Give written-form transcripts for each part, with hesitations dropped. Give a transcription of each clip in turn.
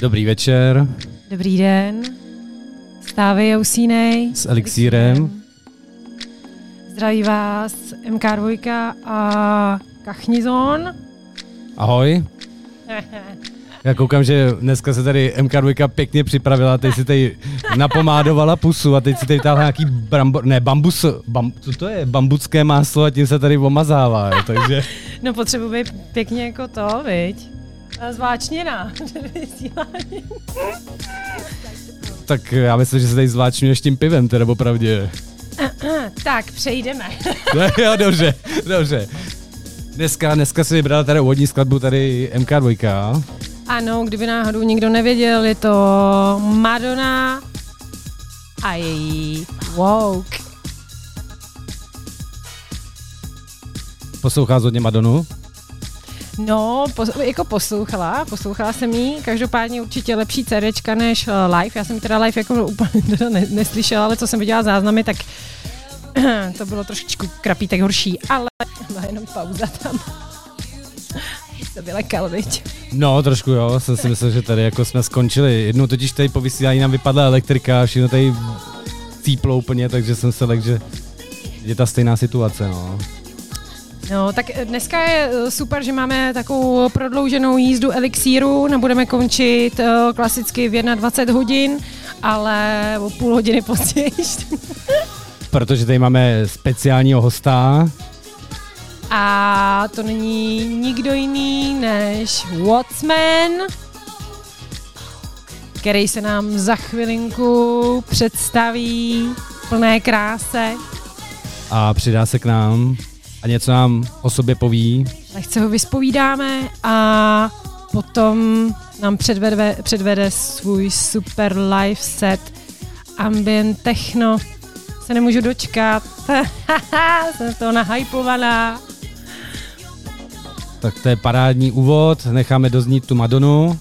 Dobrý večer. Dobrý den. Stávej a usínej. S Elixírem. Zdraví vás MK2 a Kachnizon. Ahoj. Já koukám, že dneska se tady MK2 pěkně připravila, teď si tady napomádovala pusu a teď si tady táhla nějaký co to je? Bambucké máslo a tím se tady omazává, takže... No potřebuji pěkně jako to, viď? Zváčněná. Tak já myslím, že se tady zváčňuješ tím pivem, teda opravdě. Tak, přejdeme. Jo, dobře. Dneska si vybrala tady úvodní skladbu tady MK2. Ano, kdyby náhodou nikdo nevěděl, je to Madonna a její Woke. Posloucháš hodně Madonu? No, poslouchala jsem jí, každopádně určitě lepší CDčka než live, já jsem teda live jako úplně neslyšela, ale co jsem viděla záznamy, tak to bylo trošičku krapítek horší, ale jenom pauza tam. To byla kalvič. No, trošku jo, jsem si myslel, že tady jako jsme skončili. Jednou totiž tady po vysílání nám vypadla elektrika, všechno tady cíplo úplně, takže jsem se lekl, že je ta stejná situace, no. No, tak dneska je super, že máme takovou prodlouženou jízdu Elixíru, nebudeme končit klasicky v 21 hodin, ale o půl hodiny později. Protože tady máme speciálního hosta. A to není nikdo jiný než Wattsman, který se nám za chvilinku představí v plné kráse. A přidá se k nám a něco nám o sobě poví. Lehce ho vyspovídáme a potom nám předvede svůj super live set ambient techno. Se nemůžu dočkat. Jsem z toho nahypovaná. Tak to je parádní úvod, necháme doznít tu Madonu.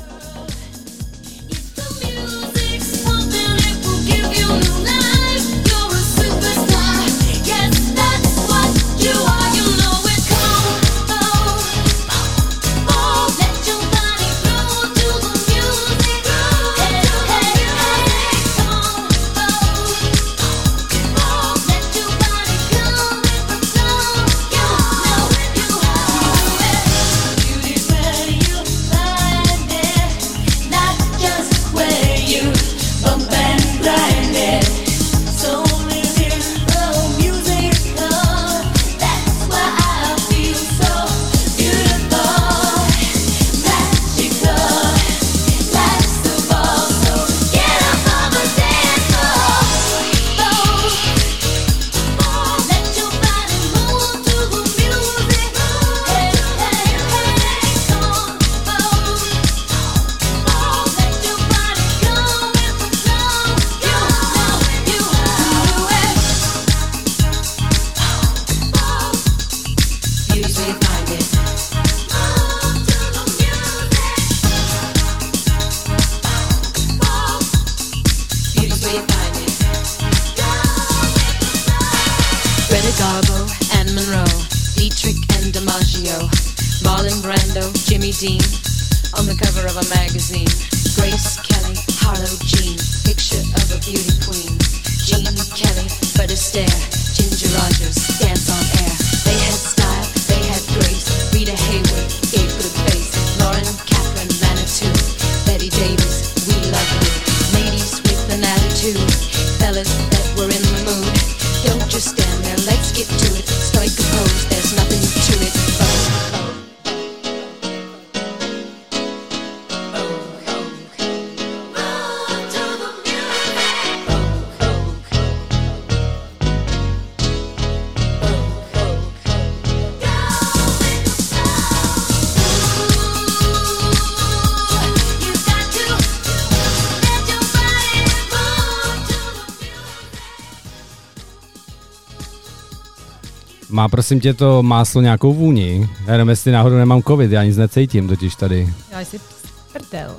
Má prosím tě to máslo nějakou vůni? Já nevím, jestli náhodou nemám covid, já nic necítím totiž tady. Já jsi prdel.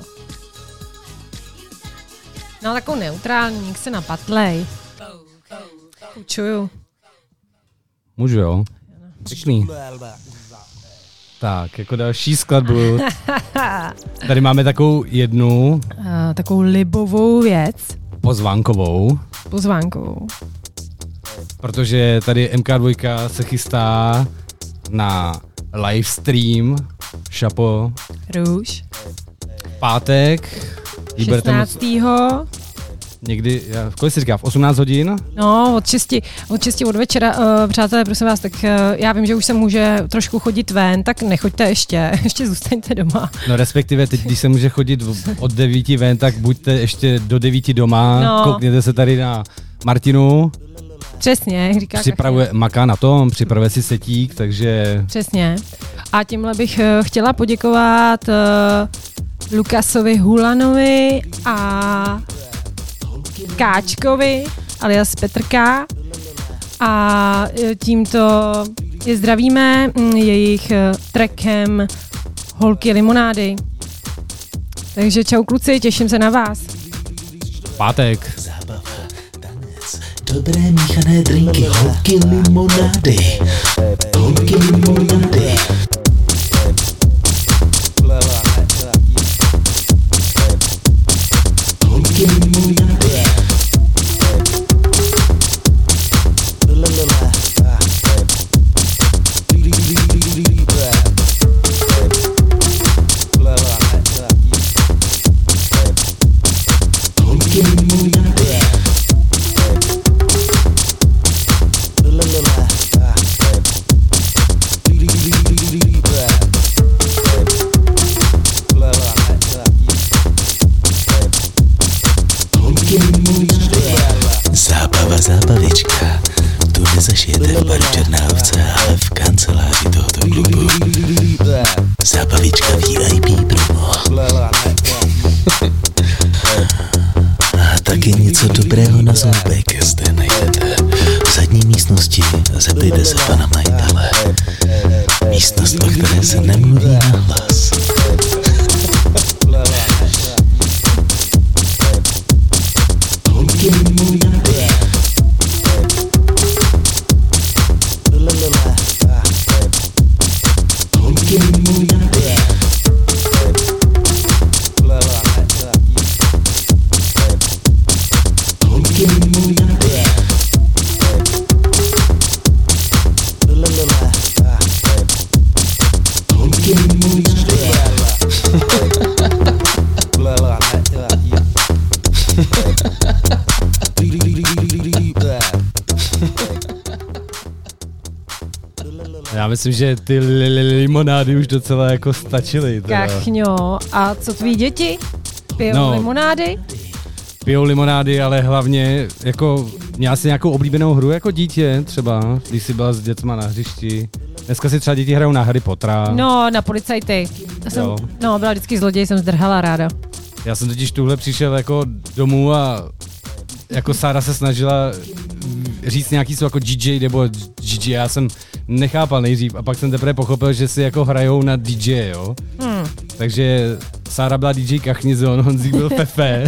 No takovou neutrální, jak se napatlej. Učuju. Můžu jo? Pěkný. Tak, jako další skladbu. Tady máme takovou jednu. Takovou libovou věc. Pozvánkovou. Protože tady MK2 se chystá na livestream Šapo. Růž. Pátek. 16. Někdy, kolik jsi říká, v 18 hodin? No, od 6 od večera. Přátelé, prosím vás, tak já vím, že už se může trošku chodit ven, tak nechoďte ještě zůstaňte doma. No respektive teď, když se může chodit od 9 ven, tak buďte ještě do 9 doma, koukněte se tady na Martinu. Přesně, jak říká maká na tom, připravuje si setík, takže... Přesně. A tímhle bych chtěla poděkovat Lukasovi Hulanovi a Káčkovi alias Petrka a tímto je zdravíme jejich trackem Holky limonády. Takže čau kluci, těším se na vás. Pátek. Zábava, tanec, dobré míchané drinky, holky limonády. Holky limonády. Holky limonády. Zábavička, tu nezašijete v baru Černá ovce, ale v kanceláři tohoto klubu. Zábavička VIP promo. A taky něco dobrého na zoubek zde najdete. V zadní místnosti zeptejte se pana majitele. Místnost, o které se nemluví nahlas. Holky limonády. Holky limonády. Holky limonády. Holky limonády. Já myslím, že ty limonády už docela jako stačily. Kachňo, a co tví děti? Pijou limonády? Pijou limonády, ale hlavně jako měla jsi nějakou oblíbenou hru jako dítě třeba, když jsi byla s dětma na hřišti. Dneska si třeba děti hrajou na Harry Pottera. No, na policajty. Byla vždycky zloděj, jsem zdrhala ráda. Já jsem totiž tuhle přišel jako domů a jako Sára se snažila říct nějaký slovo jako DJ nebo GG, já jsem nechápal nejdřív a pak jsem teprve pochopil, že si jako hrajou na DJ, jo. Takže Sára byla DJ Kachnizon, Honzík byl Fefe.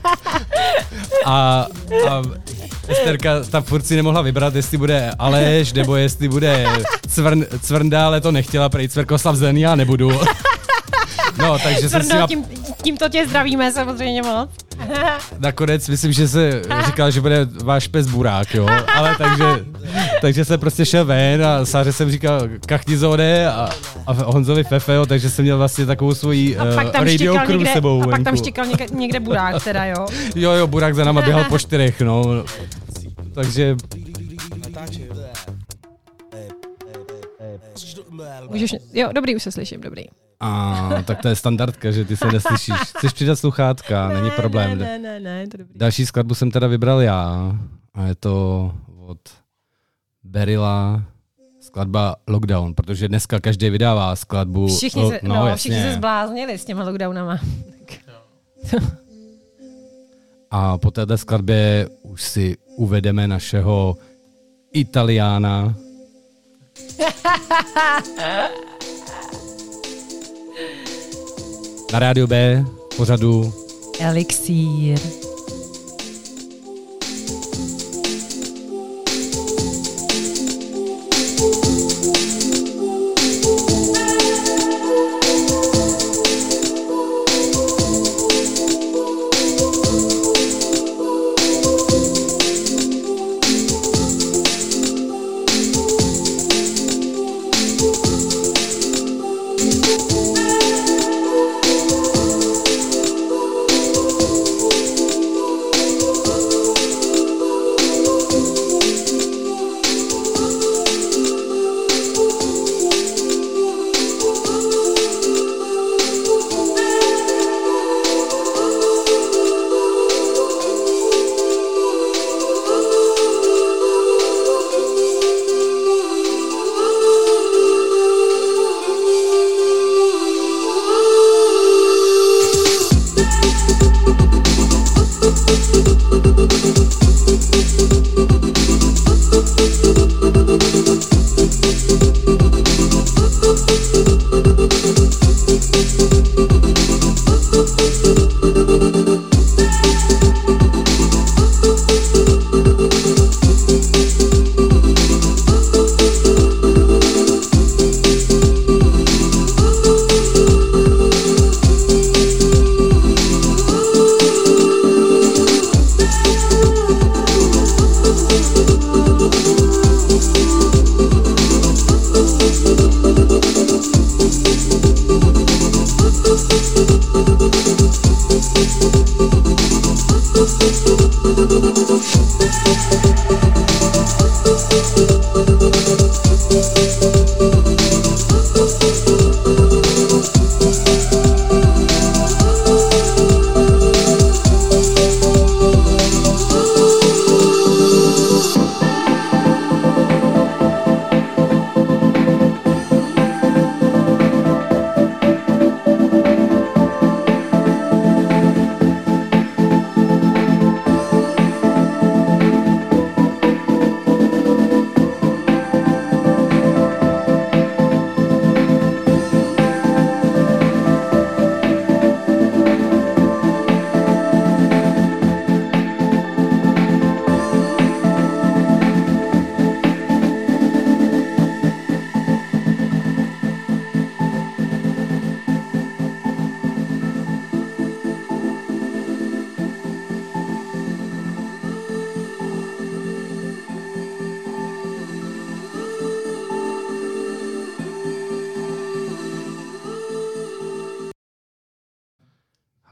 A Esterka ta furt si nemohla vybrat, jestli bude Aleš, nebo jestli bude Cvrnda, ale to nechtěla, prej Cvrkoslav Zen, já nebudu. No, takže jsem si tímto tě zdravíme samozřejmě moc. Nakonec myslím, že se říkal, že bude váš pes Burák, jo, ale takže jsem prostě šel ven a Sáře jsem říkal Kachnizone a Honzovi Fefeo, takže jsem měl vlastně takovou svoji radio crew s sebou. A pak tam štěkal někde Burák teda, jo. Jo, Burák za náma běhal po 4, no. Takže... Jo, dobrý, už se slyším, dobrý. Tak to je standardka, že ty se neslyšíš. Chceš přidat sluchátka, není problém. Ne, to dobrý. Další skladbu jsem teda vybral já a je to od Berila skladba Lockdown, protože dneska každý vydává skladbu. Všichni se zbláznili s těma lockdownama. A po této skladbě už si uvedeme našeho Italiána. Na Rádiu B pořadu Elixír.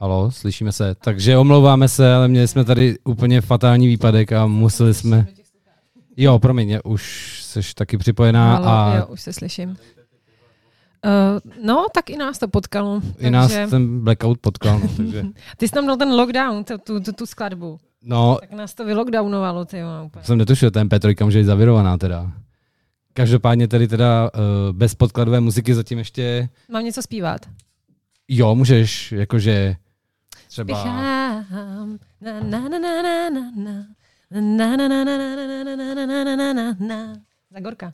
Halo, slyšíme se. Takže omlouváme se, ale měli jsme tady úplně fatální výpadek a museli jsme... Jo, promiň, už jsi taky připojená. Halo, jo, už se slyším. No, tak i nás to potkalo. I nás ten blackout potkal. No, takže... Ty jsi tam dal ten lockdown, tu skladbu. No, tak nás to vylockdownovalo, ty jo. Jsem netušil, ten P3 může být zavirovaná teda. Každopádně tady teda bez podkladové muziky zatím ještě... Mám něco zpívat? Jo, můžeš, jakože třeba... Spíchám, na na na na na na na na na na na na na na Zagorka.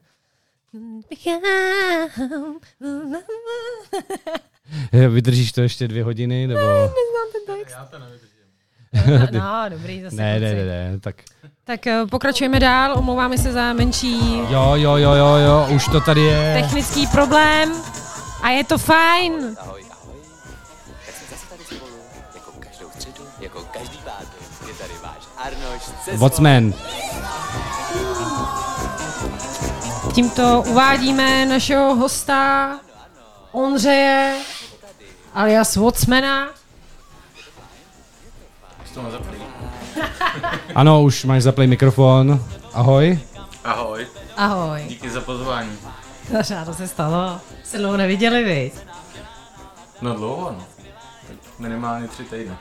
Vydržíš to ještě 2 hodiny, nebo... Neznám ten text. Já to nevydržím. No, dobrý, zase. Ne, tak... Tak pokračujeme dál, omlouváme se za menší... Jo, už to tady je. Technický problém a je to fajn. Ahoj. Tak jsme zase tady spolu, jako každou středu, jako každý pátek. Je tady váš Arnoš Vocman. Tímto uvádíme našeho hosta Ondřeje alias Vocmana. Ano, už máš zaplay mikrofon. Ahoj. Ahoj. Ahoj. Díky za pozvání. To se stalo. Se dlouho neviděli, viď? No dlouho, no. Tak minimálně 3 týdny.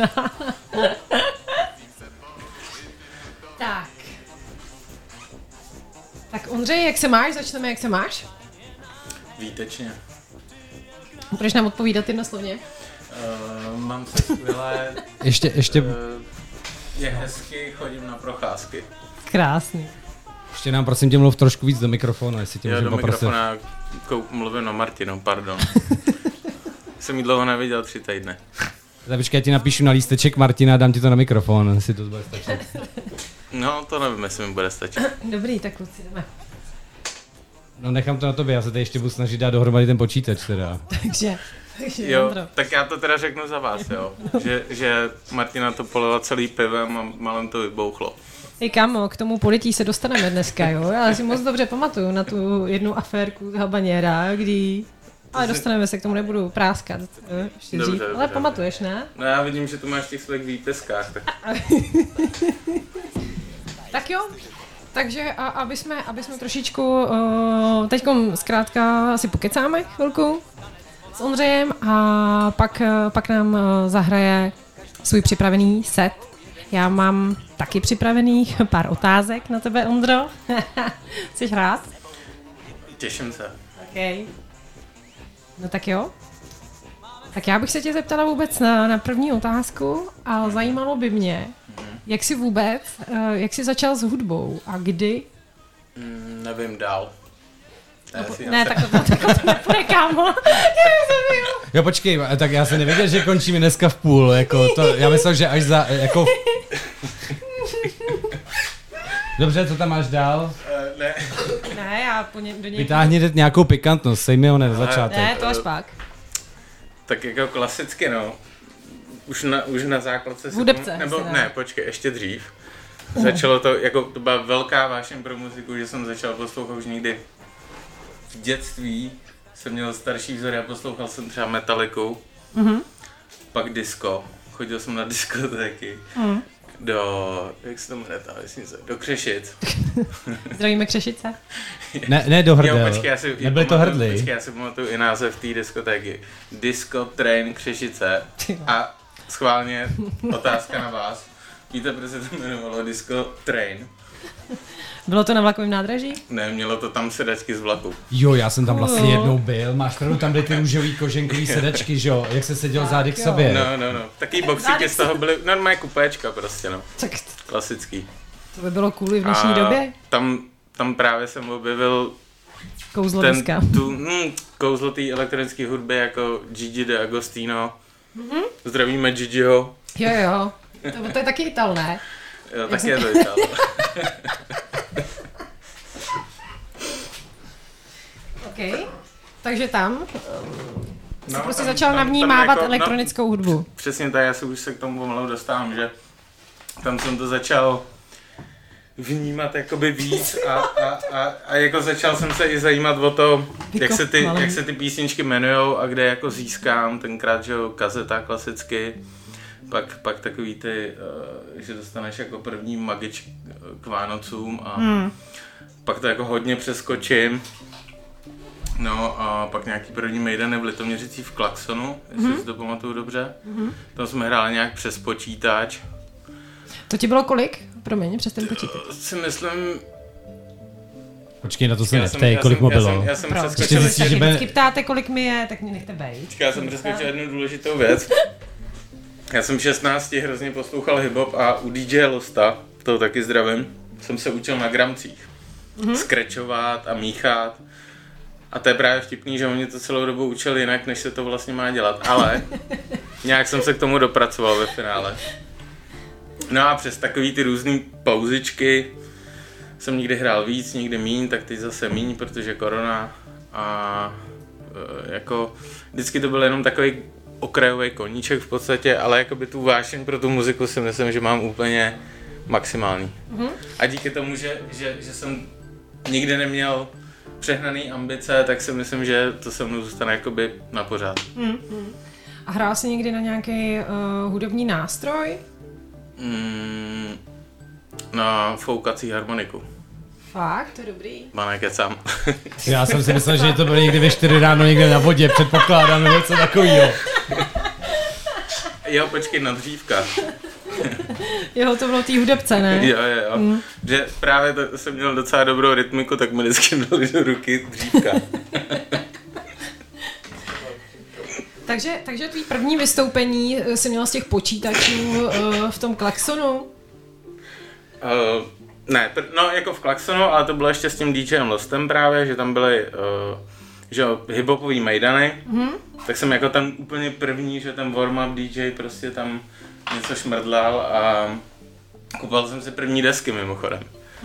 Tak Ondřej, jak se máš? Začneme, jak se máš? Výtečně. Budeš nám odpovídat jednoslovně? Mám se skvělé. Ještě... Je hezky, chodím na procházky. Krásný. Ještě nám prosím tě mluv trošku víc do mikrofonu, jestli tě můžeme poprosit. Do mikrofonu mluvím na Martinu, pardon. Jsem jí dlouho neviděl 3 týdny. Tak počkej, já ti napíšu na lísteček Martina a dám ti to na mikrofon, jestli to bude stačit. No, to nevím, jestli mi bude stačit. Dobrý, tak kluci, jdeme. No nechám to na tobě, já se tady ještě budu snažit dát dohromady ten počítač teda. Takže jo, Ondro. tak já to teda řeknu za vás, jo. Že Martina to polila celý pivem a malem to vybouchlo. Hej kamo, k tomu polití se dostaneme dneska, jo? Já si moc dobře pamatuju na tu jednu aférku z habaněra, kdy... Ale dostaneme se k tomu, nebudu práskat ještě dřív. Dobře. Ale pamatuješ, ne? No já vidím, že tu máš v těch svých výpiskách, tak... Tak jo, takže aby jsme trošičku, teďkom zkrátka si pokecáme chvilku s Ondřejem a pak nám zahraje svůj připravený set. Já mám taky připravených pár otázek na tebe, Ondro. Jsi rád? Těším se. OK. No tak jo. Tak já bych se tě zeptala vůbec na první otázku a zajímalo by mě, jak jsi začal s hudbou a kdy? Nevím dál. Tak to nepůjde, kámo. Jo, počkej, tak já jsem nevěděl, že končíme dneska v půl, jako to, já myslel, že až za, jako... Dobře, co tam máš dál? Ne, já do něj... Vytáhni nějakou pikantnost, sej mi ho na začátek. Ne, to až pak. Tak jako klasicky, no. Už na základce se... Hudebce. Ne, počkej, ještě dřív. Začalo to, jako to byla velká vášeň pro muziku, že jsem začal poslouchat už někdy v dětství. Jsem měl starší vzory a poslouchal jsem třeba Metalliku, pak disco. Chodil jsem na diskotéky. Jak se to jmenuje ta vesnice? Do Křešic. Zdravíme Křešice. Ne do Hrdel. Jo, počkej, já si pamatuju i název té diskotéky. Disco Train Křešice. A schválně otázka na vás. Víte, proč se to jmenovalo Disco Train? Bylo to na vlakovém nádraží? Ne, mělo to tam sedačky z vlaku. Jo, já jsem tam vlastně jednou byl. Máš pravdu, tam byly ty růžový koženkový sedačky, že jo? Jak se seděl zády k sobě. No. Taký boxíky z toho byly, normálně kupéčka prostě, no. Tak klasický. To by bylo cool v dnešní době? Tam právě jsem objevil kouzlo diska. Kouzlo té elektronické hudby jako Gigi D'Agostino. Zdravíme Gigiho. Jo. To je taky Ital, ne? Jo, taky je to Ital. OK. Takže tam jsi prostě začal navnímávat jako, elektronickou hudbu. Přesně tak, já se už se k tomu pomalu dostávám, že tam jsem to začal vnímat jakoby víc a jako začal jsem se i zajímat o to, jak se ty písničky jmenujou a kde jako získám, tenkrát, že jo, kazeta klasicky, pak takový ty, že dostaneš jako první magič k Vánocům a pak to jako hodně přeskočím. No a pak nějaký první mejdany v Litoměřicích v Klaxonu, jestli si to pamatuju dobře. Tam jsme hráli nějak přes počítač. To ti bylo kolik? Promiň, přes ten počítač. Si myslím... Počkej, na to se neptej, kolik mu bylo. Já jsem přeskočil... Vždycky ptáte, kolik mi je, tak mě nechte bejt. Já jsem přeskočil jednu důležitou věc. Já jsem v 16 hrozně poslouchal hip-hop a u DJ Losta, toho taky zdravím, jsem se učil na gramcích. Skrečovat a míchat. A to je právě vtipný, že on mě to celou dobu učil jinak, než se to vlastně má dělat. Ale nějak jsem se k tomu dopracoval ve finále. No a přes takový ty různý pauzičky jsem někdy hrál víc, někdy míň, tak teď zase míň, protože korona. A jako vždycky to byl jenom takový okrajový koníček v podstatě, ale jakoby tu vášeň pro tu muziku si myslím, že mám úplně maximální. A díky tomu, že jsem nikdy neměl přehnaný ambice, tak si myslím, že to se mnou zůstane jakoby na pořád. A hrál jsi někdy na nějaký hudební nástroj? Na foukací harmoniku. Fakt, to je dobrý. Nekecám. Já jsem si myslel, že to bylo někdy ve 4 ráno někde na vodě, předpokládám, něco takového. Jo, počkej, na dřívka. Jo, to bylo tý hudebce, ne? Jo. Že právě jsem měl docela dobrou rytmiku, tak mi vždycky dali do ruky dřívka. Takže tvý první vystoupení jsi měl z těch počítačů v tom Klaxonu? Ne, jako v Klaxonu, ale to bylo ještě s tím DJem Lostem právě, že tam byly že hip-hopový mejdany, tak jsem jako tam úplně první, že ten warm-up DJ prostě tam něco šmrdlal a kupoval jsem si první desky mimochodem.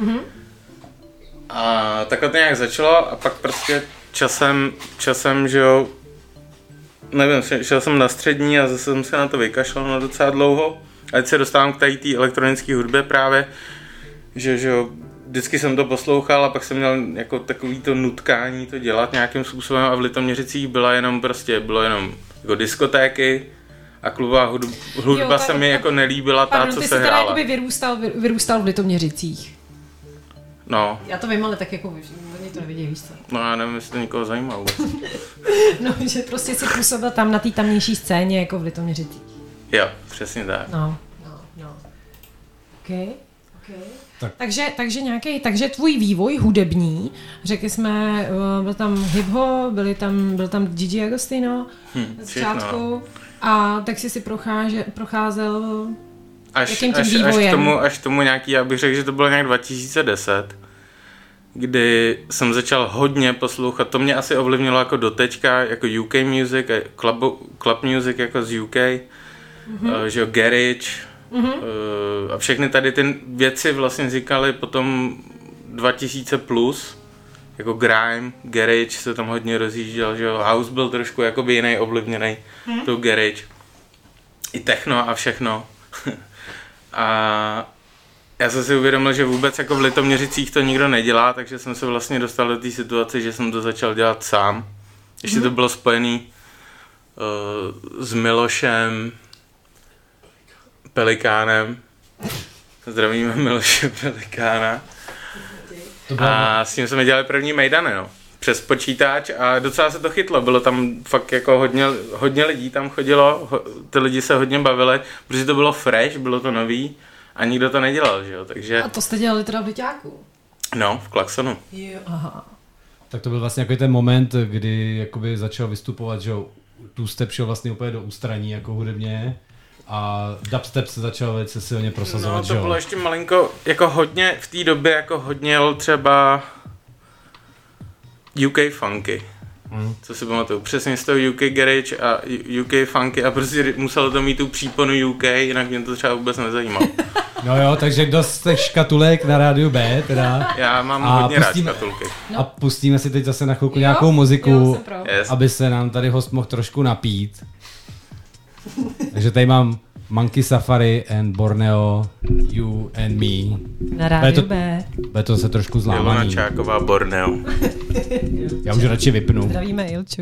A takhle to nějak začalo a pak prostě časem, že jo, nevím, šel jsem na střední a zase jsem se na to vykašlal na docela dlouho. A teď se dostávám k té elektronické hudbě právě, že jo, vždycky jsem to poslouchal a pak jsem měl jako takový to nutkání to dělat nějakým způsobem a v Litoměřicích bylo jenom jako diskotéky a klubová hudba se mi jako nelíbila co se hrála. Ty jsi teda vyrůstal v Litoměřicích. No. Já to vím, ale tak jako oni to nevidí, víš co. No já nevím, jestli to někoho zajímá vůbec. No, že prostě si působil tam na té tamnější scéně jako v Litoměřicích. Jo, přesně tak. No. Okay. Tak. Takže tvůj vývoj hudební, řekli jsme, byl tam hip-hop, byl tam DJ Agostino na začátku a tak jsi si procházel jakým tím vývojem? Až tomu nějaký, já bych řekl, že to bylo nějak 2010, kdy jsem začal hodně poslouchat, to mě asi ovlivnilo jako doteďka, jako UK music, club music jako z UK, že jo, garage, a všechny tady ty věci vlastně vznikly potom 2000 plus, jako grime, garage se tam hodně rozjížděl, že jo, house byl trošku jakoby jiný, ovlivněný tou garage, i techno a všechno. A já jsem si uvědomil, že vůbec jako v Litoměřicích to nikdo nedělá, takže jsem se vlastně dostal do té situace, že jsem to začal dělat sám. Ještě to bylo spojený s Milošem Pelikánem. Zdravíme Miloše Pelikána. A s tím jsme dělali první mejdany, no. Přes počítač a docela se to chytlo. Bylo tam fakt jako hodně lidí tam chodilo, ty lidi se hodně bavili, protože to bylo fresh, bylo to nový a nikdo to nedělal, že jo, takže... A to jste dělali teda v Liťáku? No, v Klaxonu. Jo, aha. Tak to byl vlastně jako ten moment, kdy jakoby začal vystupovat, že two-step šel vlastně úplně do ústraní jako hudebně a dubstep se začal velice silně prosazovat, že no, to bylo ještě malinko, jako hodně, v té době jako hodně třeba UK funky, co si pamatuju, přesně z toho UK garage a UK funky a prostě muselo to mít tu příponu UK, jinak mě to třeba vůbec nezajímalo. No jo, takže dost těch škatulek na rádiu B, teda. Já mám hodně rád škatulky. A pustíme si teď zase na chvilku nějakou muziku, yes, aby se nám tady host mohl trošku napít. Takže tady mám Monkey Safari and Borneo, You and Me. Na rádiu B. Bude to se trošku zlámaný. Ilona Čáková, Borneo. Já už radši vypnu. Zdravíme Ilču.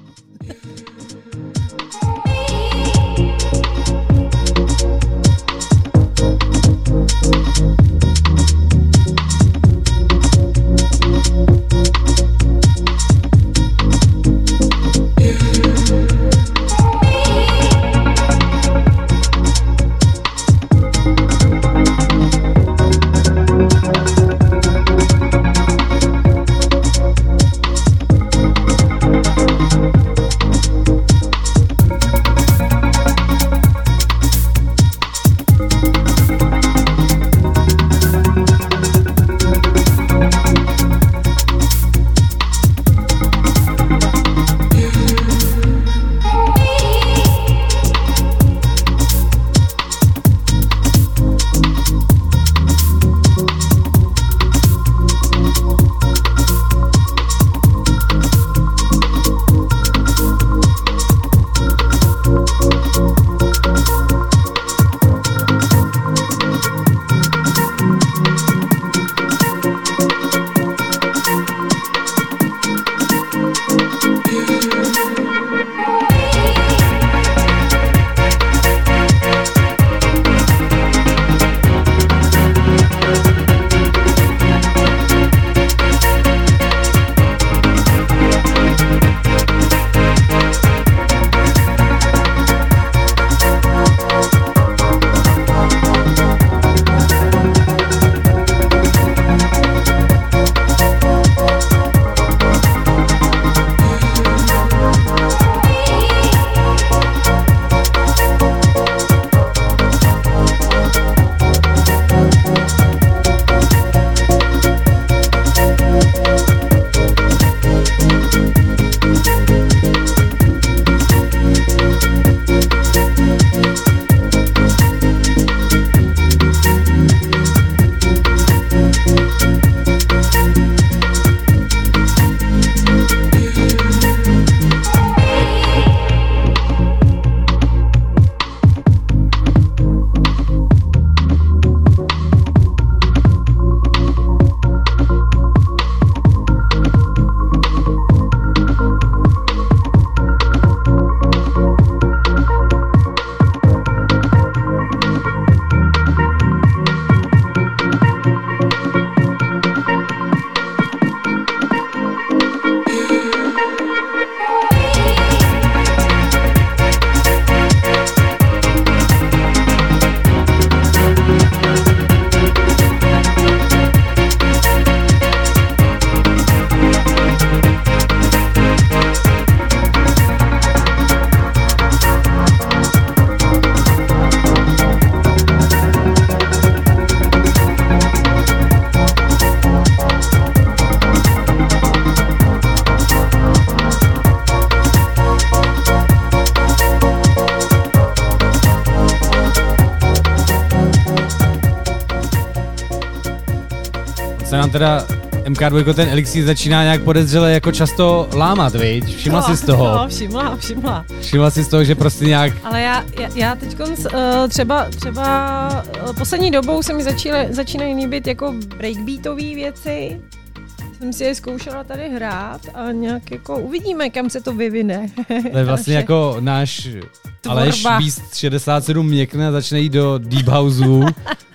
Se nám teda MK2 ten elixír začíná nějak podezřele jako často lámat, viď? Všimla jsi z toho? No, všimla. Všimla jsi z toho, že prostě nějak... Ale já teď třeba poslední dobou se mi začínají líbit jako breakbeatové věci. Jsem si je zkoušela tady hrát a nějak jako uvidíme, kam se to vyvine. To je vlastně jako náš Aleš Beast 67 měkne a začne jít do Deep Houseu.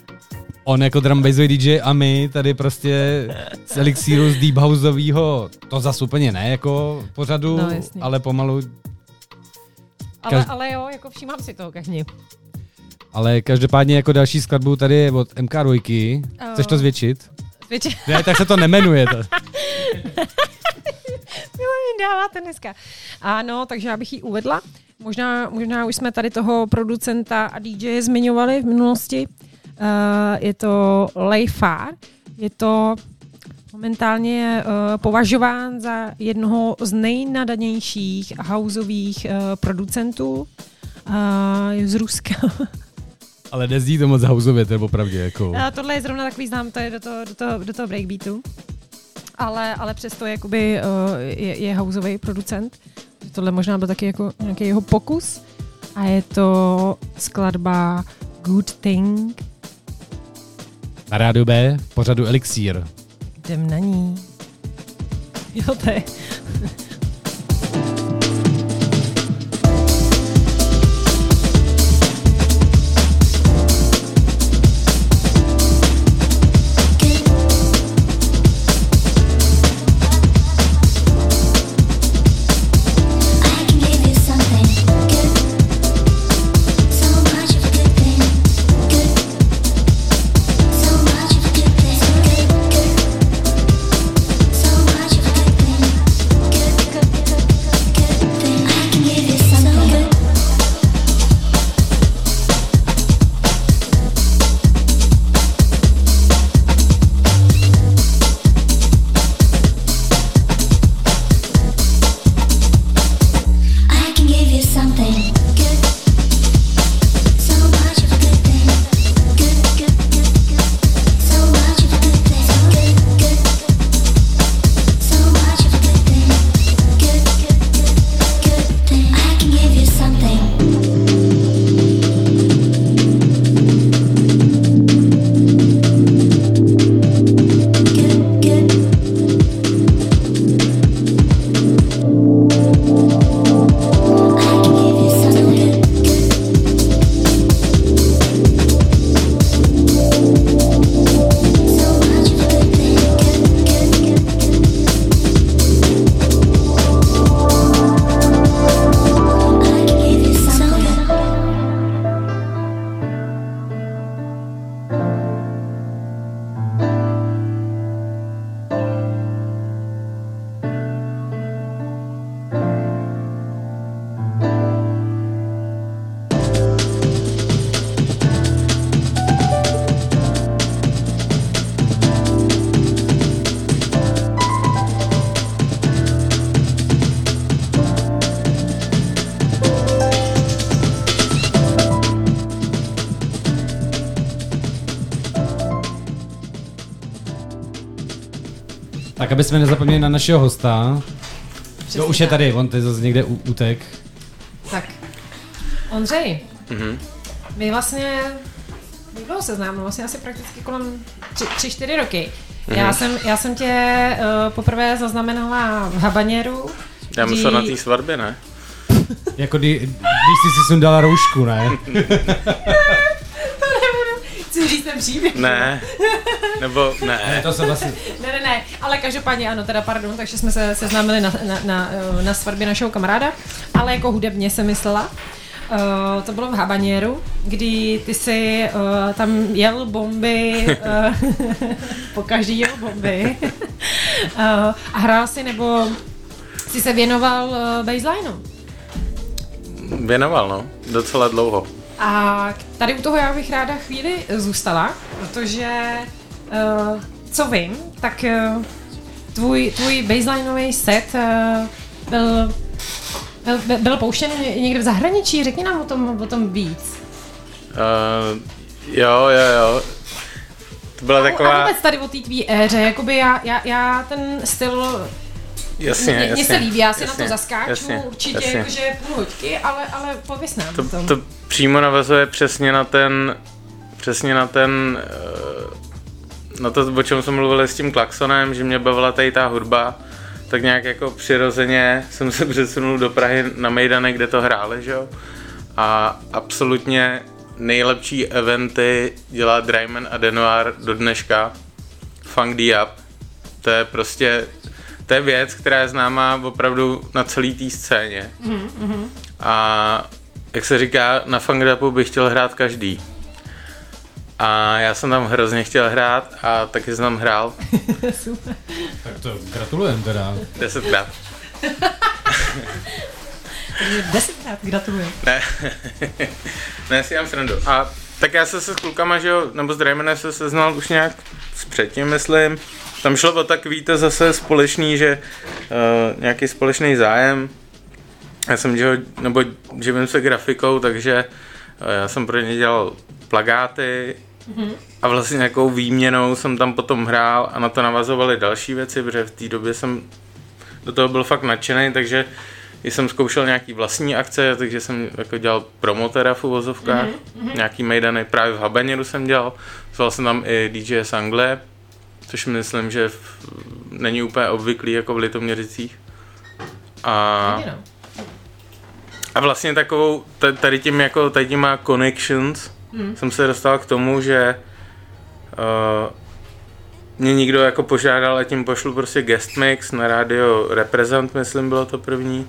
On jako drum bassový DJ a my tady prostě z elixíru z Deep Houseovýho, to zas úplně ne jako pořadu, no, ale pomalu. Ale jo, jako všímám si toho každý. Ale každopádně jako další skladbu tady je od MK2. Chceš to zvětšit? Ne, tak se to nemenuje. Dáváte dneska. Ano, takže já bych ji uvedla. Možná už jsme tady toho producenta a DJ zmiňovali v minulosti. Je to Leifar. Je to momentálně považován za jednoho z nejnadanějších houseových producentů. Je z Ruska. Ale nezdí to moc houseově, to je opravdu jako... Tohle je zrovna takový znám, to je do toho breakbeatu. Ale přesto jakoby, je houseový producent. Tohle možná byl taky jako nějaký jeho pokus. a je to skladba Good Thing. Na rádiu B, pořadu Elixír. Jdem na ní. Jo, to je... Tak, aby jsme nezapomněli na našeho hosta. No, už je tady, on teď zase někde utek. Tak, Ondřej, my vlastně, jak dlouho se známe, vlastně asi prakticky kolem 3-4 roky. Já jsem tě poprvé zaznamenala v habaněru. Já musel na té svatbě, ne? Jako když jsi si sundala roušku, ne? Chci říct ten příběh. Ne, nebo ne. Ne, to se vlastně... Ne, ale každopádně ano, teda pardon, takže jsme se seznámili na svatbě našeho kamaráda, ale jako hudebně jsem myslela. To bylo v habaněru, kdy ty si tam jel bomby, pokaždý jel bomby a hrál si, nebo jsi se věnoval baselineu. Věnoval, no, docela dlouho. A tady u toho já bych ráda chvíli zůstala, protože co vím, tak tvůj baselineový set byl pouštěn někde v zahraničí, řekni nám o tom víc. Jo. To byla taková... A vůbec tady o té tvý éře, jakoby já ten styl... Jasně. Mně se líbí, já si na to zaskáču, jasně. určitě jakože půl hoďky, ale pověs nám o tom. To přímo navazuje přesně na to, o čem jsme mluvili s tím Klaxonem, že mě bavila tady ta hudba, tak nějak jako přirozeně jsem se přesunul do Prahy na Mejdane, kde to hráli, že jo? A absolutně nejlepší eventy dělá Dryman a Denoir do dneška. Funk the Up. To je prostě, to je věc, která je známá opravdu na celý té scéně. A jak se říká, na Funk the Upu bych chtěl hrát každý. A já jsem tam hrozně chtěl hrát a taky jsem tam hrál. Super. Tak to gratulujem teda. 10krát. Takže 10krát gratulujem. Ne, si dám srandu. A tak já se s klukama, že jo, nebo s Draymanem se seznal už nějak předtím, myslím. Tam šlo o takový to zase společný, že nějaký společný zájem. Já jsem živím se grafikou, takže já jsem pro ně dělal plakáty a vlastně nějakou výměnou jsem tam potom hrál a na to navazovaly další věci, protože v té době jsem do toho byl fakt nadšený, takže jsem zkoušel nějaký vlastní akce, takže jsem jako dělal promotera v uvozovkách, nějaký mejdany, právě v Habaněru jsem dělal, zval jsem tam i DJ z Anglie, což myslím, že není úplně obvyklý jako v Litoměřicích. A vlastně takovou, tady těma connections jsem se dostal k tomu, že mě někdo jako požádal, a tím pošlu prostě guest mix na rádio Represent, myslím, bylo to první.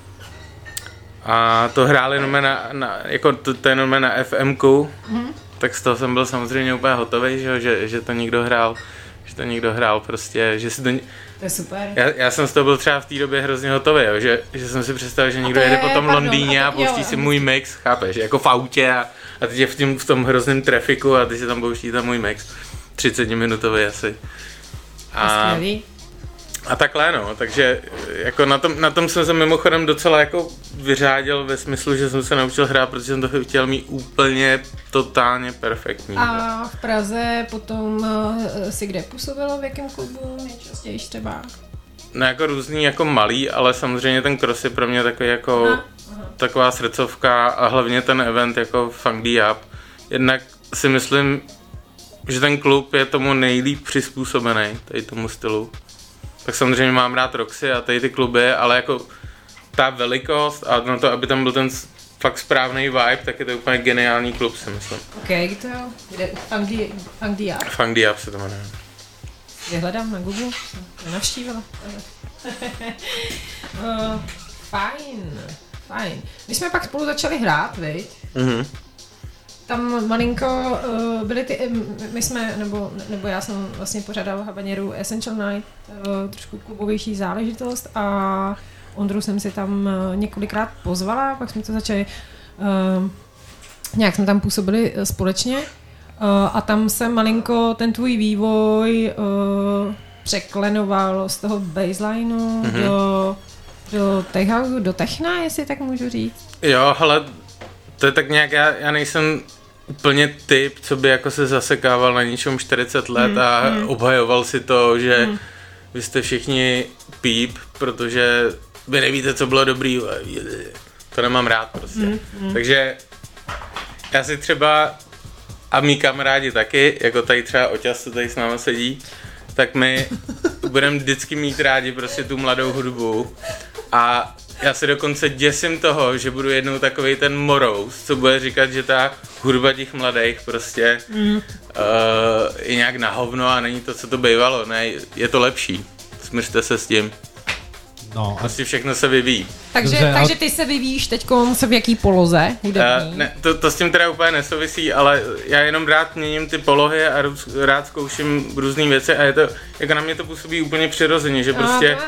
A to hráli jenom jako to jenom na FMku, tak z toho jsem byl samozřejmě úplně hotový, že to někdo hrál, prostě, že si to... To je super. Já jsem z toho byl třeba v té době hrozně hotový, že jsem si představil, že někdo jede po tom Londýně a pouští si můj mix, chápeš, jako v autě a teď je v tom hrozném trafiku a teď si tam pouští tam můj mix. 30-minutový asi. A takhle, no, takže jako na tom jsem se mimochodem docela jako vyřádil ve smyslu, že jsem se naučil hrát, protože jsem to chtěl mít úplně totálně perfektní. A v Praze potom si kde působilo, v jakém klubu nejčastěji třeba? No jako různý jako malý, ale samozřejmě ten cross je pro mě takový jako taková srdcovka a hlavně ten event jako Funk the Up. Jednak si myslím, že ten klub je tomu nejlíp přizpůsobený, tady tomu stylu. Tak samozřejmě mám rád Roxy a tady ty kluby, ale jako ta velikost a na to, aby tam byl ten fakt správný vibe, tak je to úplně geniální klub, si myslím. Kde Funk the Up? Funk the Up se to jmenuje. Vyhledám na Google, nenavštívila. Fajn. My jsme pak spolu začali hrát, viď? Tam malinko byly my jsme, nebo já jsem vlastně pořádala v Habaněru Essential Night, trošku klubovější záležitost a Ondru jsem si tam několikrát pozvala, pak jsme to začali, nějak jsme tam působili společně a tam se malinko ten tvůj vývoj překlenoval z toho baselineu do techna, jestli tak můžu říct. Jo, hele, to je tak nějak, já nejsem úplně typ, co by jako se zasekával na něčem 40 let a obhajoval si to, že vy jste všichni píp, protože vy nevíte, co bylo dobrý. To nemám rád prostě. Takže já si třeba, a mý kamarádi taky, jako tady třeba Oťas, co tady s námi sedí, tak my budeme vždycky mít rádi prostě tu mladou hudbu a já se dokonce děsím toho, že budu jednou takovej ten morous, co bude říkat, že ta hudba těch mladých prostě je nějak na hovno a není to, co to bývalo. Ne, je to lepší. Smířte se s tím. No, prostě všechno se vyvíjí. Takže ty se vyvíjíš teďko v jaký poloze hudební? Ne, to s tím teda úplně nesouvisí, ale já jenom rád měním ty polohy a rád zkouším různý věci a je to, jako na mě to působí úplně přirozeně, že prostě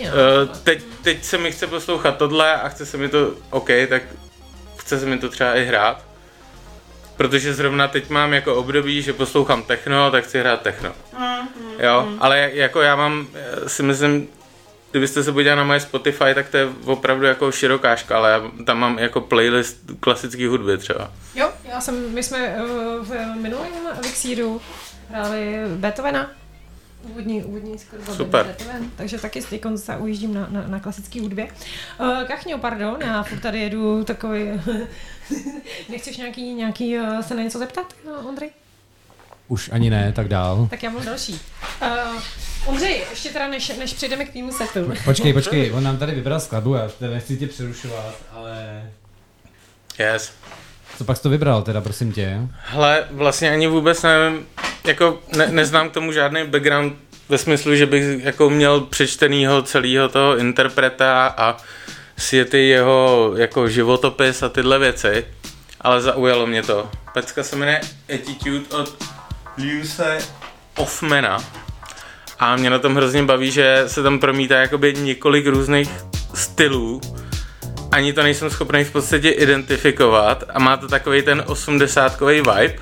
teď se mi chce poslouchat tohle a chce se mi to, OK, tak chce se mi to třeba i hrát. Protože zrovna teď mám jako období, že poslouchám techno, tak chci hrát techno. Jo, ale jako já mám, si myslím, kdybyste se podívali na moje Spotify, tak to je opravdu jako široká škála. Já tam mám jako playlist klasické hudby třeba. Jo, my jsme v minulém Elixíru hráli Beethovena. Úvodní skladba. Super. Beethoven, takže taky z konce ujíždím na klasické hudbě. Kachňo, pardon, já furt tady jedu takový... Nechceš nějaký se na něco zeptat, Ondřej? Už ani ne, tak dál. Tak já mám další. Ondřej, ještě teda než přejdeme k týmu setu. Počkej, on nám tady vybral skladbu, já teda nechci tě přerušovat, ale... Yes. Co pak jsi to vybral teda, prosím tě? Hele, vlastně ani vůbec nevím, jako neznám k tomu žádný background ve smyslu, že bych jako měl přečtenýho celého toho interpreta a světy jeho jako životopis a tyhle věci, ale zaujalo mě to. Pecka se jmenuje Attitude od Luce Hoffmana a mě na tom hrozně baví, že se tam promítá jakoby několik různých stylů, ani to nejsem schopný v podstatě identifikovat a má to takový ten 80kový vibe,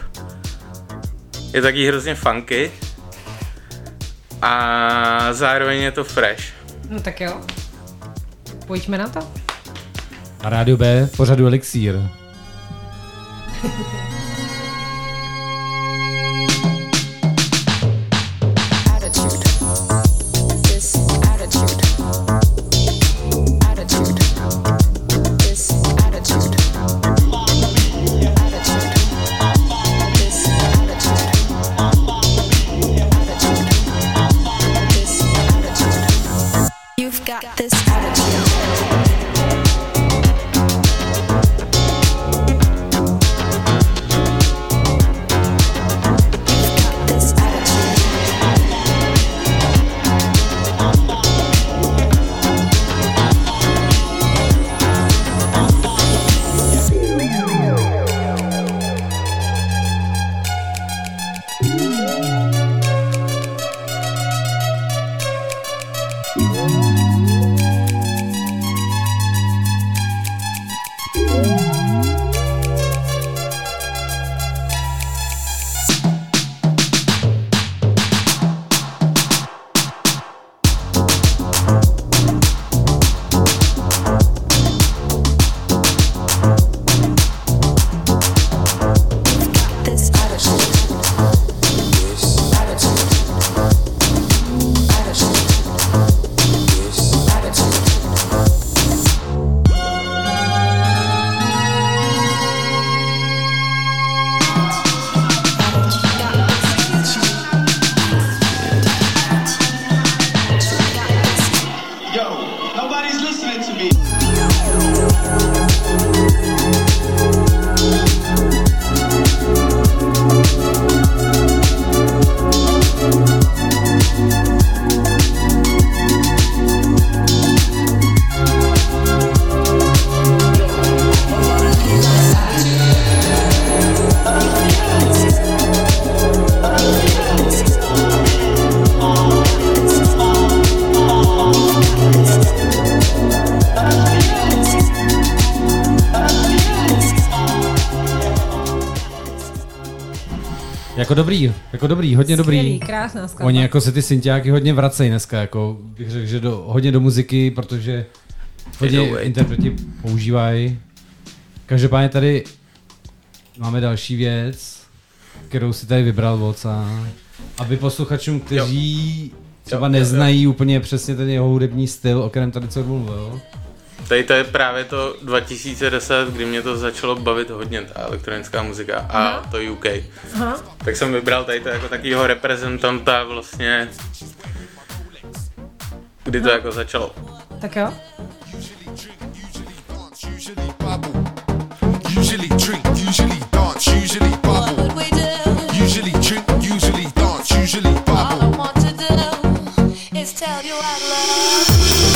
je taky hrozně funky a zároveň je to fresh. No tak jo, pojďme na to. A Rádio B, pořadu Elixír. Attitude. Jako dobrý, hodně dobrý. Skvělý, krásná skladba. Oni jako se ty synťáky hodně vracejí dneska, jako bych řekl, že hodně do muziky, protože hodně interpreti používají. Každopádně tady máme další věc, kterou si tady vybral Voca. Aby posluchačům, kteří třeba neznají úplně přesně ten jeho hudební styl, o kterém tady co mluvil. Tady to je právě to 2010, kdy mě to začalo bavit hodně, ta elektronická muzika a to UK. Aha. Tak jsem vybral tady to jako takovýho reprezentanta vlastně, kdy to jako začalo. Tak jo. Usually drink, usually dance, usually bubble. Usually drink, usually dance, usually bubble. All I want to do is tell you I love you.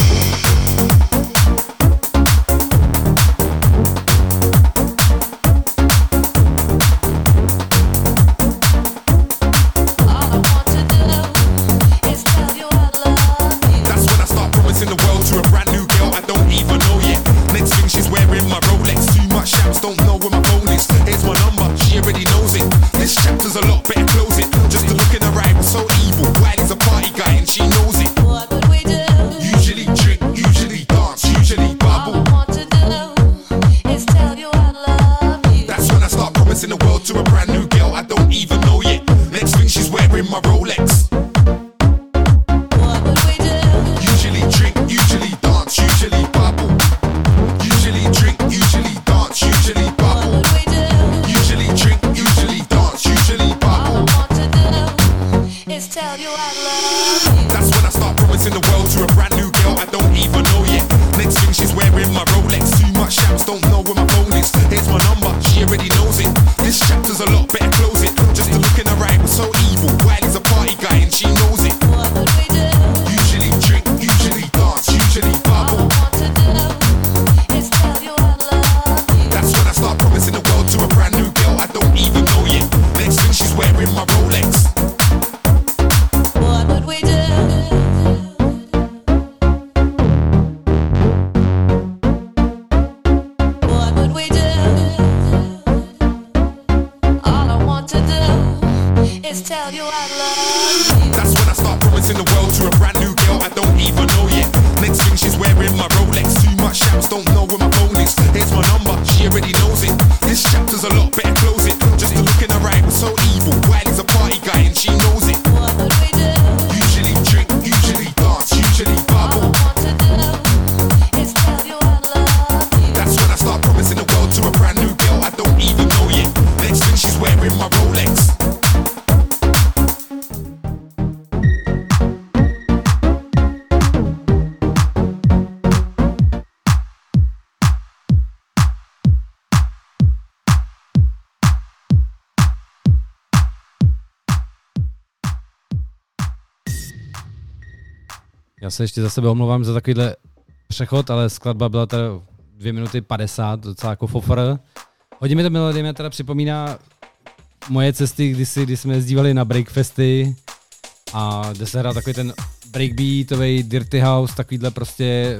Don't know where my phone is. Here's my number, she already knows it. This chapter's a lot, better close it. Just to look in her eye, so evil. Wiley's a party guy and she knows it. What would we do? Usually drink, usually dance, usually bubble. All I want to do is tell you I love you. That's when I start promising the world to a brand new girl I don't even know yet. Next thing she's wearing my Rolex. What would we do? Usually drink, usually dance, usually bubble. Usually drink, usually dance, usually bubble. Usually drink, usually dance, usually bubble. All I want to do is tell you I love you. That's when I start promising the world to a brand new girl I don't even know yet. Next thing she's wearing my Rolex. Too much shouts, don't know where my phone is. Here's my number, she already knows it. This chapter's a lot, better close it. Just to look in her eye, was so evil. Wiley's a party guy and she knows it. What would we do? Usually drink, usually dance, usually bubble. All I want to do is tell you I love you. That's when I start promising the world to a brand new girl I don't even know yet. Next thing she's wearing my Rolex. What would we do? What would we do? All I want to do is tell you I love you. That's when I start promising the world to a brand new girl I don't even know yet. Next thing she's wearing my Rolex. Too much shouts, don't know where my phone is. Here's my number, she already knows it. This chapter's a lot, better close it. Just to look in her eye, was so evil. Wiley's a party guy and she knows it. What would we do? Usually drink, usually dance, usually bubble. All I want to do is tell you I love you. That's when I start promising the world to a brand new girl I don't even know yet. Next thing she's wearing my Rolex. Já se ještě za sebe omlouvám za takovýhle přechod, ale skladba byla teda 2 minuty 50, docela jako fofr. Hodně mi to melodie mě teda připomíná moje cesty, kdy jsme jezdívali na breakfesty a kde se hrál takový ten breakbeatový dirty house, takovýhle prostě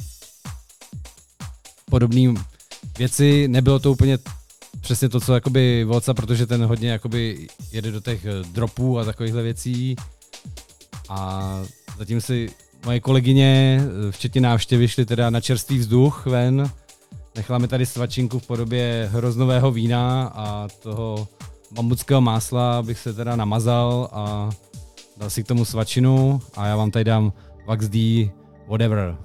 podobný věci. Nebylo to úplně přesně to, co jakoby Voca, protože ten hodně jakoby jede do těch dropů a takovýchhle věcí. A zatím si moje kolegyně, včetně návštěvy, šly teda na čerstvý vzduch ven. Nechala mi tady svačinku v podobě hroznového vína a toho bambuckého másla, bych se teda namazal a dal si k tomu svačinu a já vám tady dám Wax D Whatever.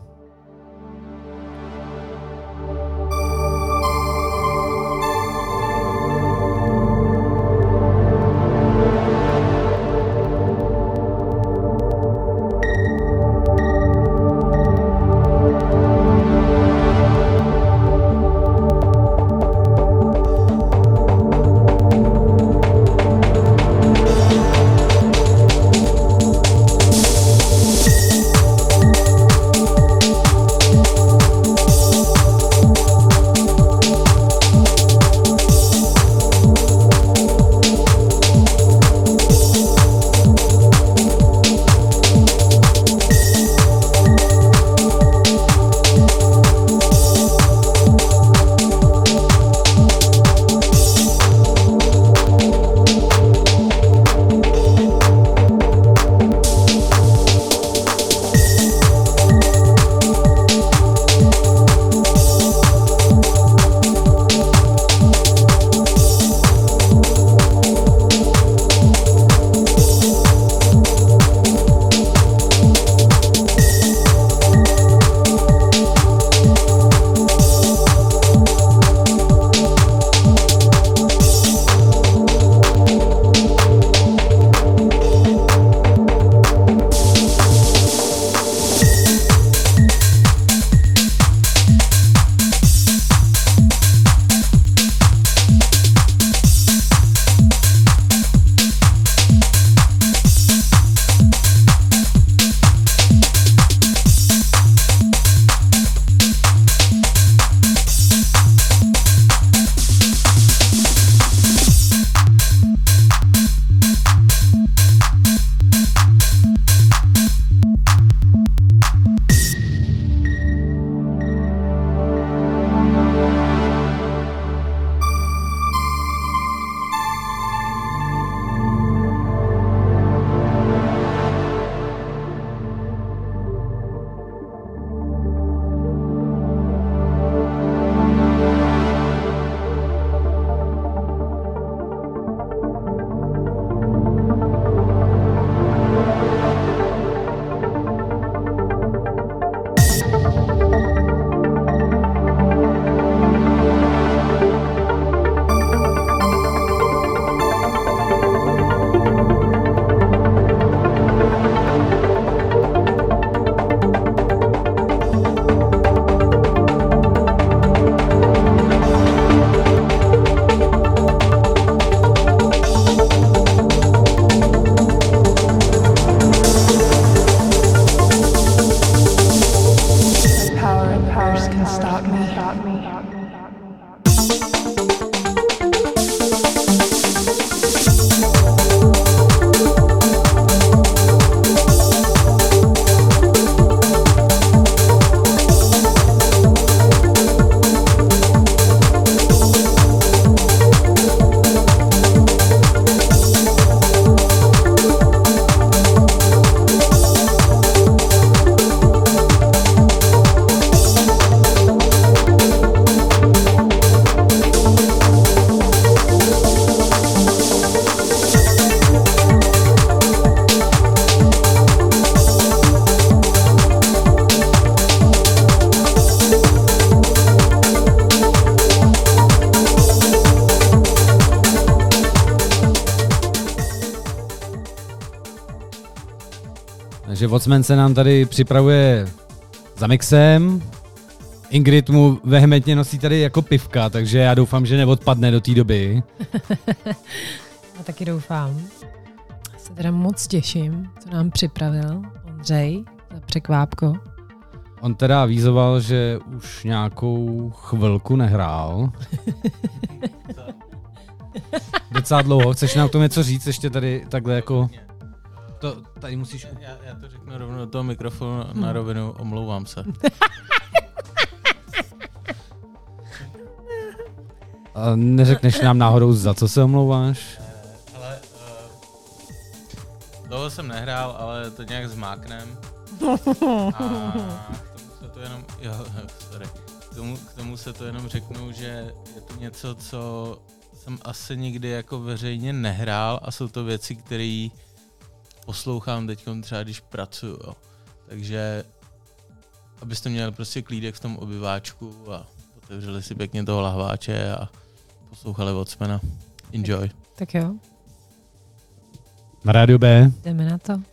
Takže Vocman se nám tady připravuje za mixem. Ingrid mu vehementně nosí tady jako pivka, takže já doufám, že neodpadne do té doby. Já taky doufám. Se teda moc těším, co nám připravil Ondřej za překvápko. On teda avízoval, že už nějakou chvilku nehrál. Docela dlouho. Chceš nám k tomu něco říct ještě tady takhle jako... To tady musíš... Já to řeknu rovnou do toho mikrofonu na rovinu, omlouvám se. A neřekneš nám náhodou, za co se omlouváš? Ale toho jsem nehrál, ale to nějak zmáknem. A k tomu se to jenom... Jo, sorry. K tomu se to jenom řeknu, že je to něco, co jsem asi nikdy jako veřejně nehrál a jsou to věci, které poslouchám teď třeba, když pracuju. Jo. Takže abyste měli prostě klídek v tom obyváčku a otevřeli si pěkně toho lahváče a poslouchali Vocmana. Enjoy. Tak jo. Na rádiu B. Jdeme na to.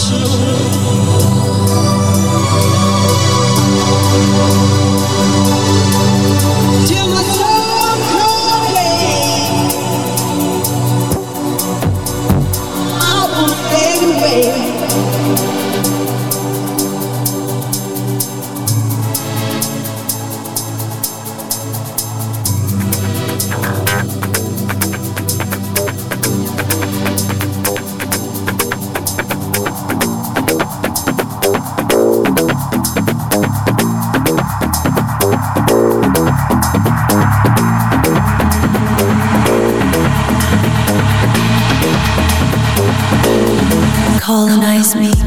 Till my soul complains, I won't beg and wait. Colonize me.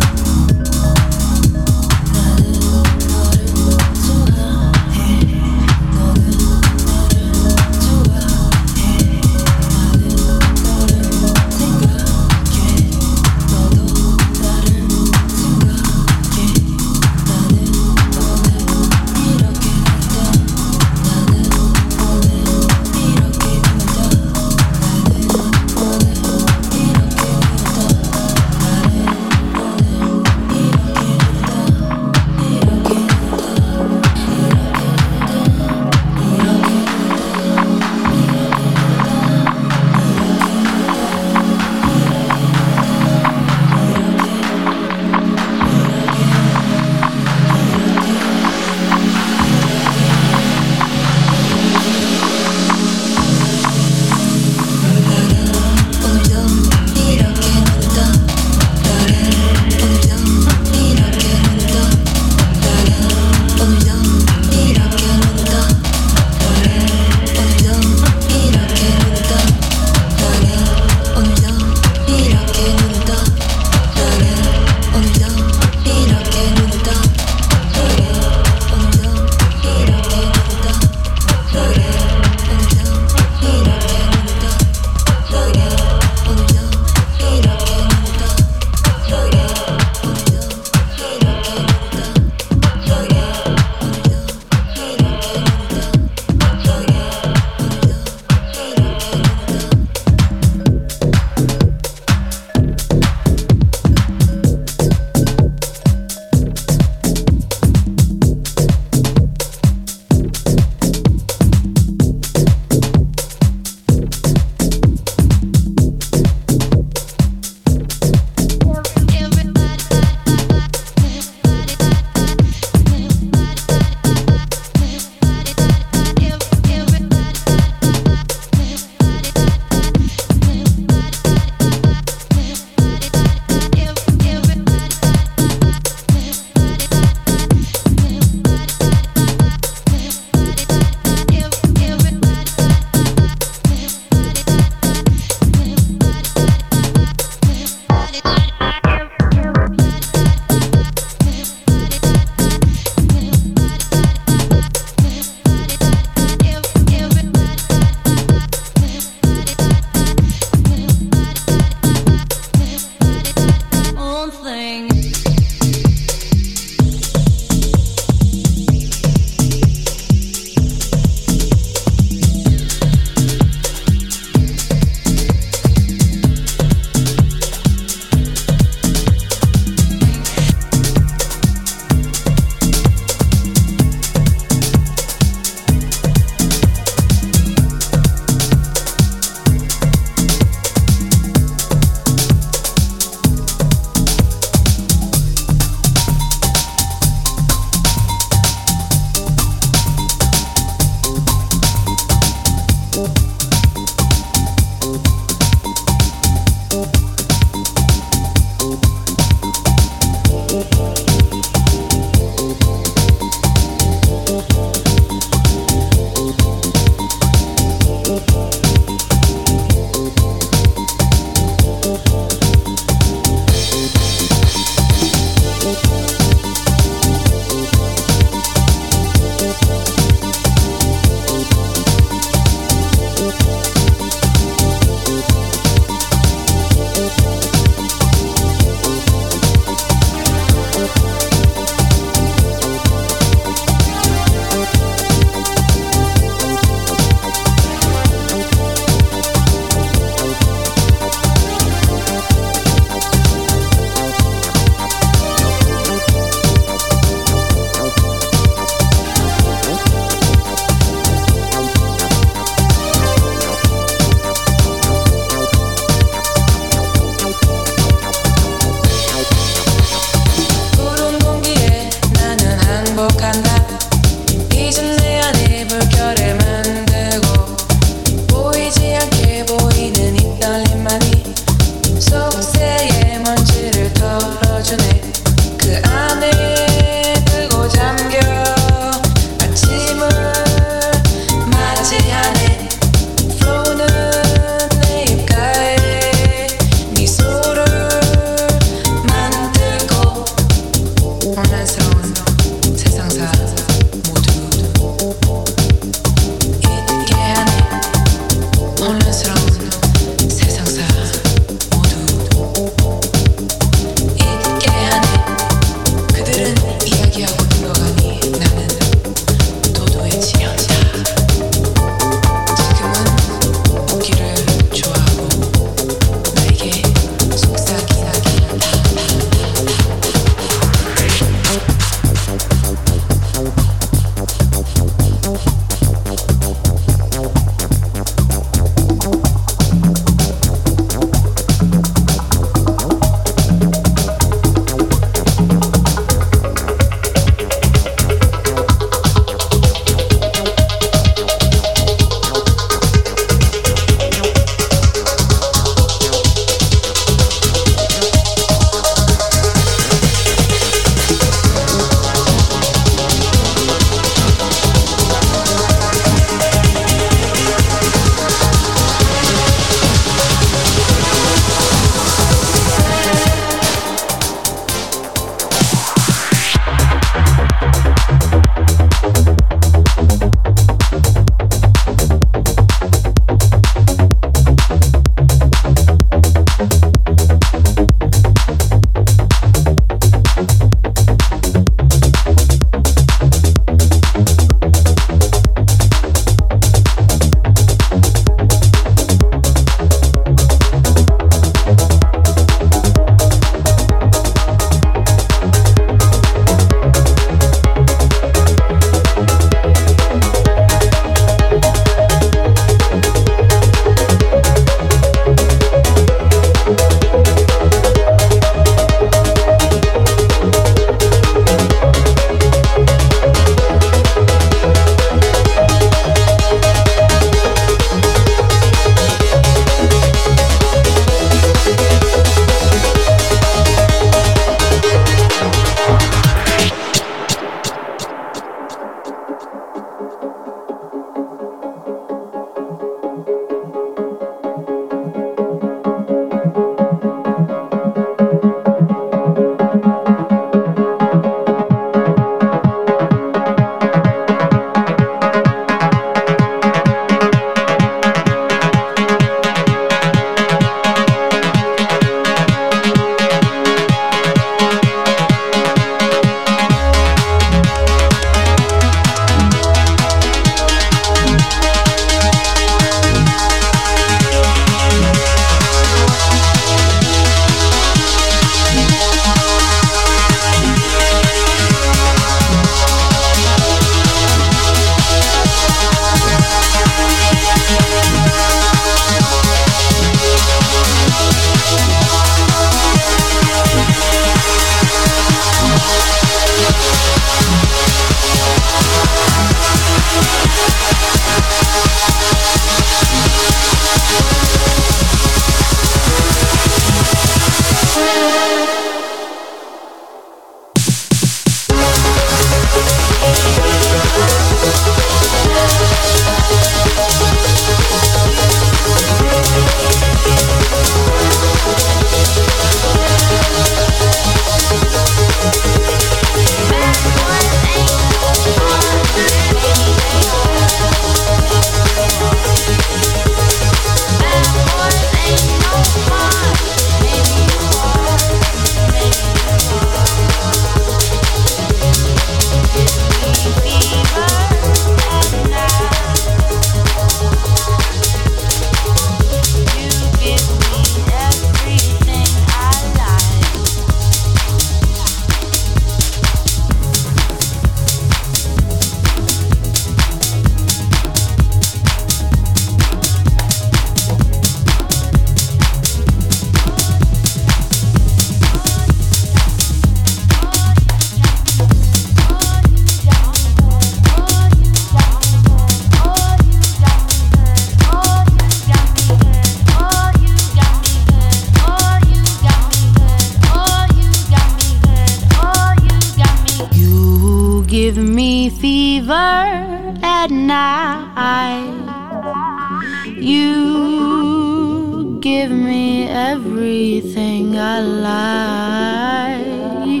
You give me everything I like.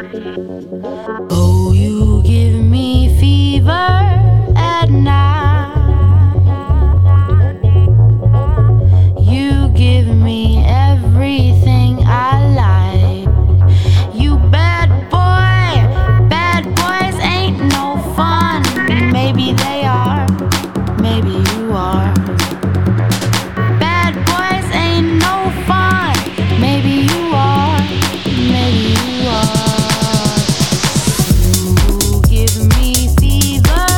Oh, you give me fever at night. You give me everything I like. You bad boys ain't no fun. Maybe they are, maybe you are. Bad boys ain't no fun. Maybe you are, maybe you are. You give me fever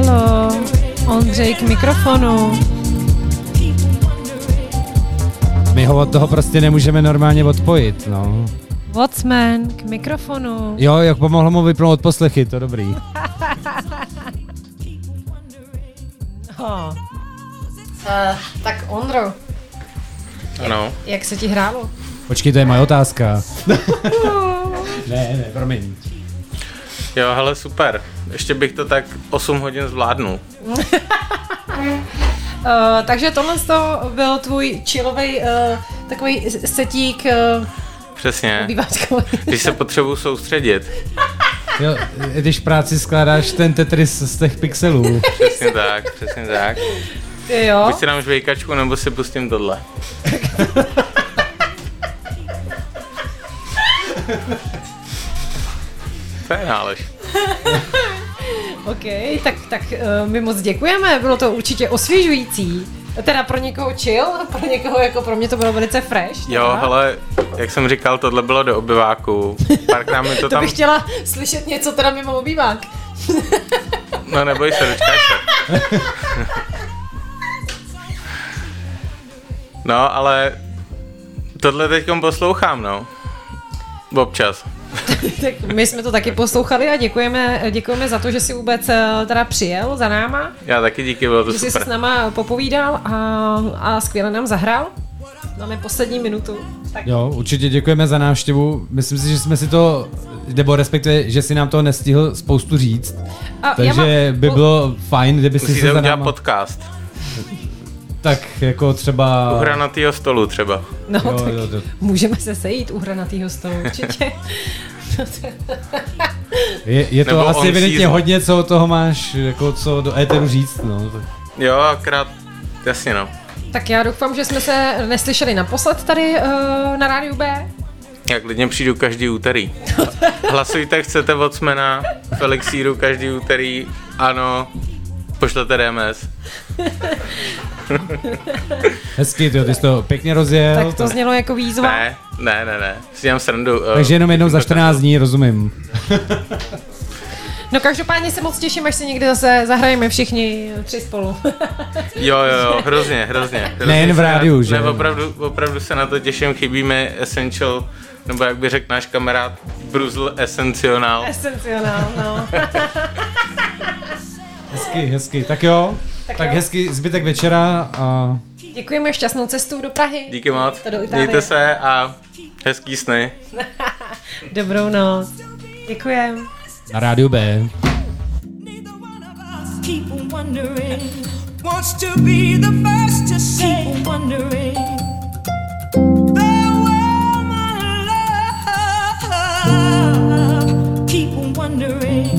Halo, Ondřej k mikrofonu. My ho od toho prostě nemůžeme normálně odpojit, no. Watchman k mikrofonu. Jo, jak pomohlo mu vypnout odposlechy, to dobrý. Tak Ondro, Ano. jak se ti hrálo? Počkej, to je moje otázka. ne, promiň. Jo, hele, super. Ještě bych to tak 8 hodin zvládnul. Takže tohle byl tvůj chillový takový setík Přesně. obýváčkový. Když se potřebuji soustředit. Jo, když v práci skládáš ten Tetris z těch pixelů. Přesně tak, přesně tak. Jo. Buď si dám žvejkačku, nebo si pustím tohle. To je nálež. OK, tak my moc děkujeme, bylo to určitě osvěžující. Teda pro někoho chill, pro někoho jako pro mě to bylo velice fresh. Jo, hele, jak jsem říkal, tohle bylo do obyváku. Párkrát mi to To tam... bych chtěla slyšet něco teda mimo obývák. No neboj se, dočkáš se. No, ale tohle teďkom poslouchám, no. Občas. Tak my jsme to taky poslouchali a děkujeme za to, že jsi vůbec teda přijel za náma. Já taky díky, bylo to Že jsi super. s náma popovídal a skvěle nám zahrál. Máme poslední minutu. Tak Jo, určitě děkujeme za návštěvu. Myslím si, že jsme si to, nebo respektive, že si nám to nestihl spoustu říct. a Takže by bylo fajn, kdyby si se Musíte za udělat náma... podcast. Tak jako třeba... U hranatýho stolu třeba. No, Jo, tak jo. můžeme se sejít u hranatýho stolu, určitě. Je to Nebo asi on evidentně season. hodně, co toho máš, jako co do éteru říct, no. Jo, akorát, jasně no. Tak já doufám, že jsme se neslyšeli naposled tady na Rádiu B. Já klidně přijdu každý úterý. Hlasujte, chcete Watchmana, Felixíru každý úterý, ano, pošlete DMS. Hezky, ty jsi to pěkně rozjel. Tak to znělo jako výzva. Ne, si dělám srandu. Takže jenom jednou za 14 dní, rozumím. No každopádně se moc těším, až se někdy zase zahrajeme všichni 3 spolu. Jo, hrozně. Nejen v se rádiu, na, že? Ne, opravdu se na to těším, chybí mi Essential, nebo jak by řekl náš kamarád, Bruzl Essential. Esenciál, no. Hezky, tak jo. Tak hezky zbytek večera a... Děkujeme, šťastnou cestu do Prahy. Díky moc, To do Itálie. mějte se a hezký sny. Dobrou noc. Děkujem. Na Rádiu B. Keep on wondering, wants to be the first to say, keep on wondering, farewell my love, keep on wondering.